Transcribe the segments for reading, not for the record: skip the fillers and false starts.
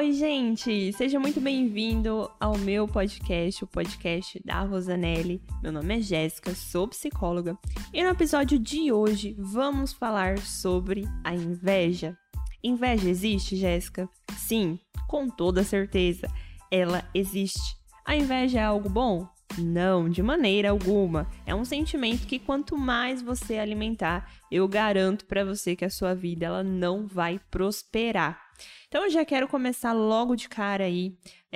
Oi, gente! Seja muito bem-vindo ao meu podcast, o podcast da Rosanelli. Meu nome é Jéssica, sou psicóloga e no episódio de hoje vamos falar sobre a inveja. Inveja existe, Jéssica? Sim, com toda certeza, ela existe. A inveja é algo bom? Não, de maneira alguma. É um sentimento que quanto mais você alimentar, eu garanto para você que a sua vida ela não vai prosperar. Então, eu já quero começar logo de cara aí.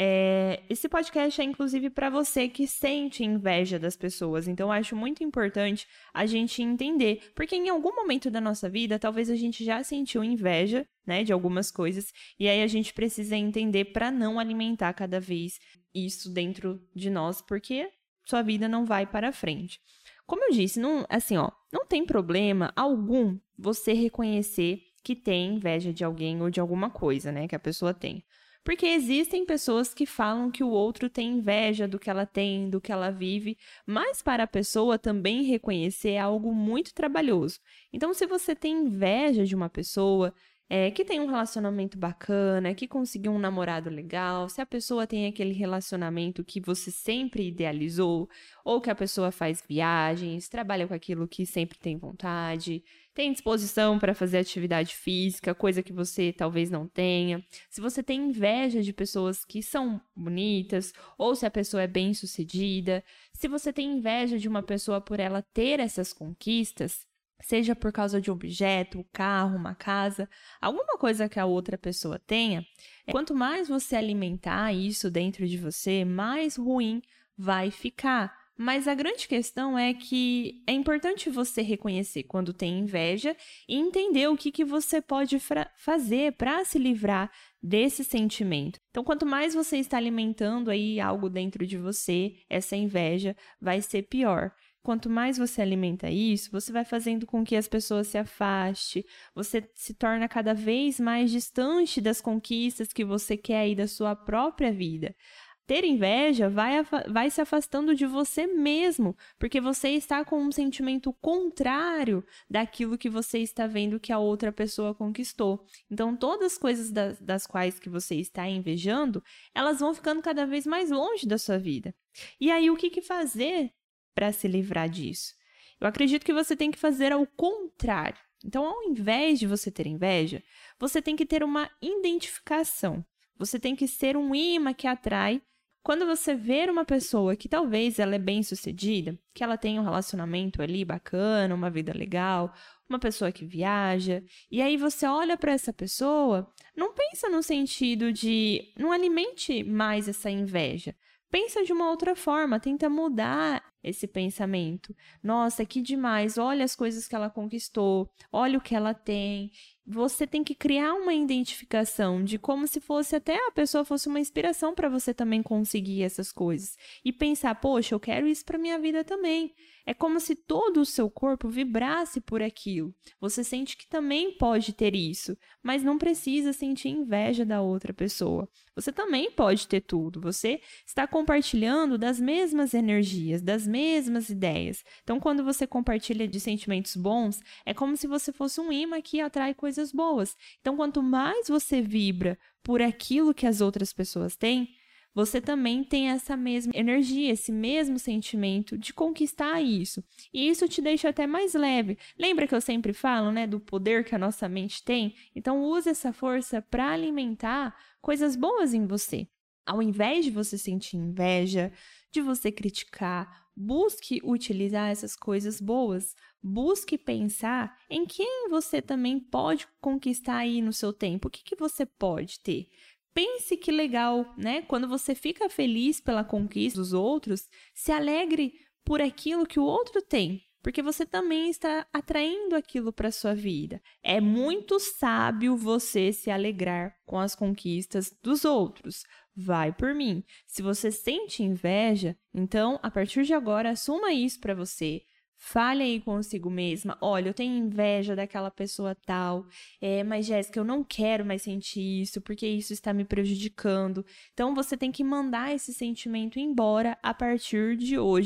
Esse podcast é inclusive para você que sente inveja das pessoas. Então, eu acho muito importante a gente entender. Porque em algum momento da nossa vida, talvez a gente já sentiu inveja, né, de algumas coisas. E aí, a gente precisa entender para não alimentar cada vez isso dentro de nós. Porque sua vida não vai para frente. Como eu disse, não tem problema algum você reconhecer que tem inveja de alguém ou de alguma coisa, né, que a pessoa tem. Porque existem pessoas que falam que o outro tem inveja do que ela tem, do que ela vive, mas para a pessoa também reconhecer é algo muito trabalhoso. Então, se você tem inveja de uma pessoa que tem um relacionamento bacana, que conseguiu um namorado legal, se a pessoa tem aquele relacionamento que você sempre idealizou, ou que a pessoa faz viagens, trabalha com aquilo que sempre tem vontade, tem disposição para fazer atividade física, coisa que você talvez não tenha. Se você tem inveja de pessoas que são bonitas, ou se a pessoa é bem-sucedida, se você tem inveja de uma pessoa por ela ter essas conquistas, seja por causa de um objeto, um carro, uma casa, alguma coisa que a outra pessoa tenha, quanto mais você alimentar isso dentro de você, mais ruim vai ficar. Mas a grande questão é que é importante você reconhecer quando tem inveja e entender o que você pode fazer para se livrar desse sentimento. Então, quanto mais você está alimentando aí algo dentro de você, essa inveja vai ser pior. Quanto mais você alimenta isso, você vai fazendo com que as pessoas se afastem, você se torna cada vez mais distante das conquistas que você quer aí da sua própria vida. Ter inveja vai se afastando de você mesmo, porque você está com um sentimento contrário daquilo que você está vendo que a outra pessoa conquistou. Então, todas as coisas das quais que você está invejando, elas vão ficando cada vez mais longe da sua vida. E aí, o que fazer para se livrar disso? Eu acredito que você tem que fazer ao contrário. Então, ao invés de você ter inveja, você tem que ter uma identificação. Você tem que ser um imã que atrai. Quando você ver uma pessoa que talvez ela é bem-sucedida, que ela tem um relacionamento ali bacana, uma vida legal, uma pessoa que viaja, e aí você olha para essa pessoa, não pensa no sentido de não alimente mais essa inveja. Pensa de uma outra forma, tenta mudar esse pensamento. Nossa, que demais, olha as coisas que ela conquistou, olha o que ela tem. Você tem que criar uma identificação de como se fosse até a pessoa fosse uma inspiração para você também conseguir essas coisas. E pensar, poxa, eu quero isso para minha vida também. É como se todo o seu corpo vibrasse por aquilo. Você sente que também pode ter isso, mas não precisa sentir inveja da outra pessoa. Você também pode ter tudo. Você está compartilhando das mesmas energias, das mesmas ideias. Então, quando você compartilha de sentimentos bons, é como se você fosse um imã que atrai coisas boas. Então, quanto mais você vibra por aquilo que as outras pessoas têm, você também tem essa mesma energia, esse mesmo sentimento de conquistar isso. E isso te deixa até mais leve. Lembra que eu sempre falo, né, do poder que a nossa mente tem? Então, use essa força para alimentar coisas boas em você. Ao invés de você sentir inveja, de você criticar, busque utilizar essas coisas boas. Busque pensar em quem você também pode conquistar aí no seu tempo. O que você pode ter? Pense que legal, né? Quando você fica feliz pela conquista dos outros, se alegre por aquilo que o outro tem, porque você também está atraindo aquilo para a sua vida. É muito sábio você se alegrar com as conquistas dos outros. Vai por mim. Se você sente inveja, então, a partir de agora, assuma isso para você. Fale aí consigo mesma, olha, eu tenho inveja daquela pessoa tal, mas Jéssica, eu não quero mais sentir isso, porque isso está me prejudicando. Então, você tem que mandar esse sentimento embora a partir de hoje,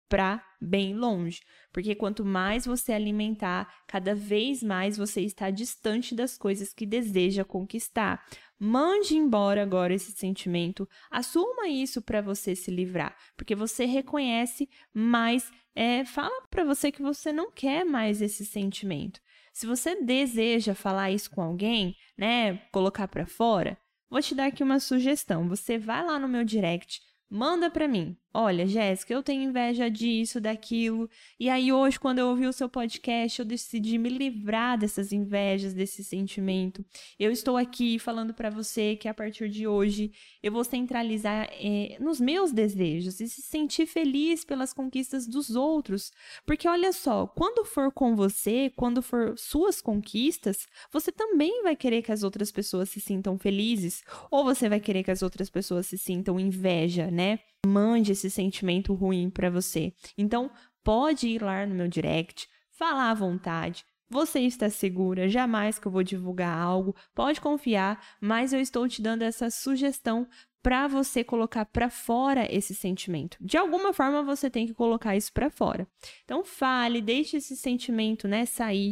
para bem longe, porque quanto mais você alimentar, cada vez mais você está distante das coisas que deseja conquistar. Mande embora agora esse sentimento, assuma isso para você se livrar, porque você reconhece, mas fala para você que você não quer mais esse sentimento. Se você deseja falar isso com alguém, né, colocar para fora, vou te dar aqui uma sugestão. Você vai lá no meu direct, manda para mim. Olha, Jéssica, eu tenho inveja disso, daquilo. E aí hoje, quando eu ouvi o seu podcast, eu decidi me livrar dessas invejas, desse sentimento. Eu estou aqui falando para você que a partir de hoje eu vou centralizar nos meus desejos e se sentir feliz pelas conquistas dos outros. Porque olha só, quando for com você, quando for suas conquistas, você também vai querer que as outras pessoas se sintam felizes ou você vai querer que as outras pessoas se sintam inveja, né? Mande esse sentimento ruim para você. Então, pode ir lá no meu direct, falar à vontade. Você está segura, jamais que eu vou divulgar algo. Pode confiar, mas eu estou te dando essa sugestão para você colocar para fora esse sentimento. De alguma forma, você tem que colocar isso para fora. Então, fale, deixe esse sentimento, né, sair.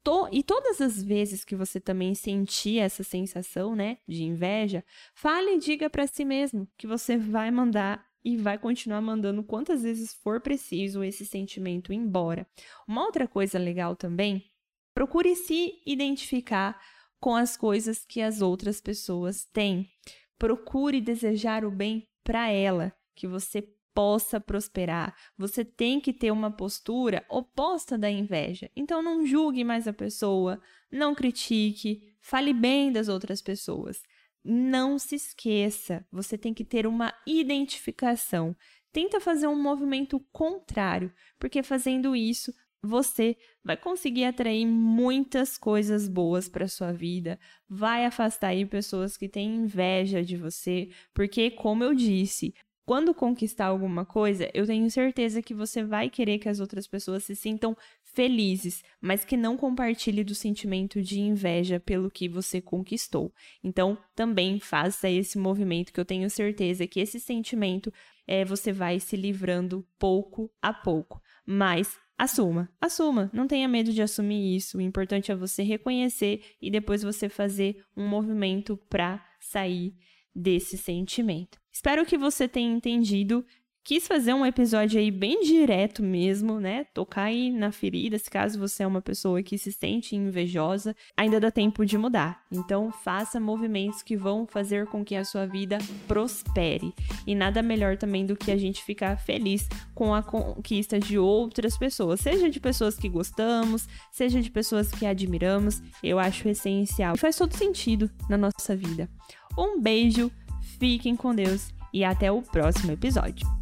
E todas as vezes que você também sentir essa sensação, né, de inveja, fale e diga para si mesmo que você vai mandar e vai continuar mandando quantas vezes for preciso esse sentimento embora. Uma outra coisa legal também, procure se identificar com as coisas que as outras pessoas têm. Procure desejar o bem para ela, que você possa prosperar. Você tem que ter uma postura oposta da inveja. Então, não julgue mais a pessoa, não critique, fale bem das outras pessoas. Não se esqueça, você tem que ter uma identificação. Tenta fazer um movimento contrário, porque fazendo isso, você vai conseguir atrair muitas coisas boas para sua vida, vai afastar aí pessoas que têm inveja de você, porque, como eu disse, quando conquistar alguma coisa, eu tenho certeza que você vai querer que as outras pessoas se sintam felizes, mas que não compartilhe do sentimento de inveja pelo que você conquistou. Então, também faça esse movimento que eu tenho certeza que esse sentimento você vai se livrando pouco a pouco. Mas assuma, não tenha medo de assumir isso. O importante é você reconhecer e depois você fazer um movimento para sair desse sentimento. Espero que você tenha entendido. Quis fazer um episódio aí bem direto mesmo, né? Tocar aí na ferida, se caso você é uma pessoa que se sente invejosa, ainda dá tempo de mudar. Então, faça movimentos que vão fazer com que a sua vida prospere. E nada melhor também do que a gente ficar feliz com a conquista de outras pessoas, seja de pessoas que gostamos, seja de pessoas que admiramos. Eu acho essencial. Faz todo sentido na nossa vida. Um beijo, fiquem com Deus e até o próximo episódio.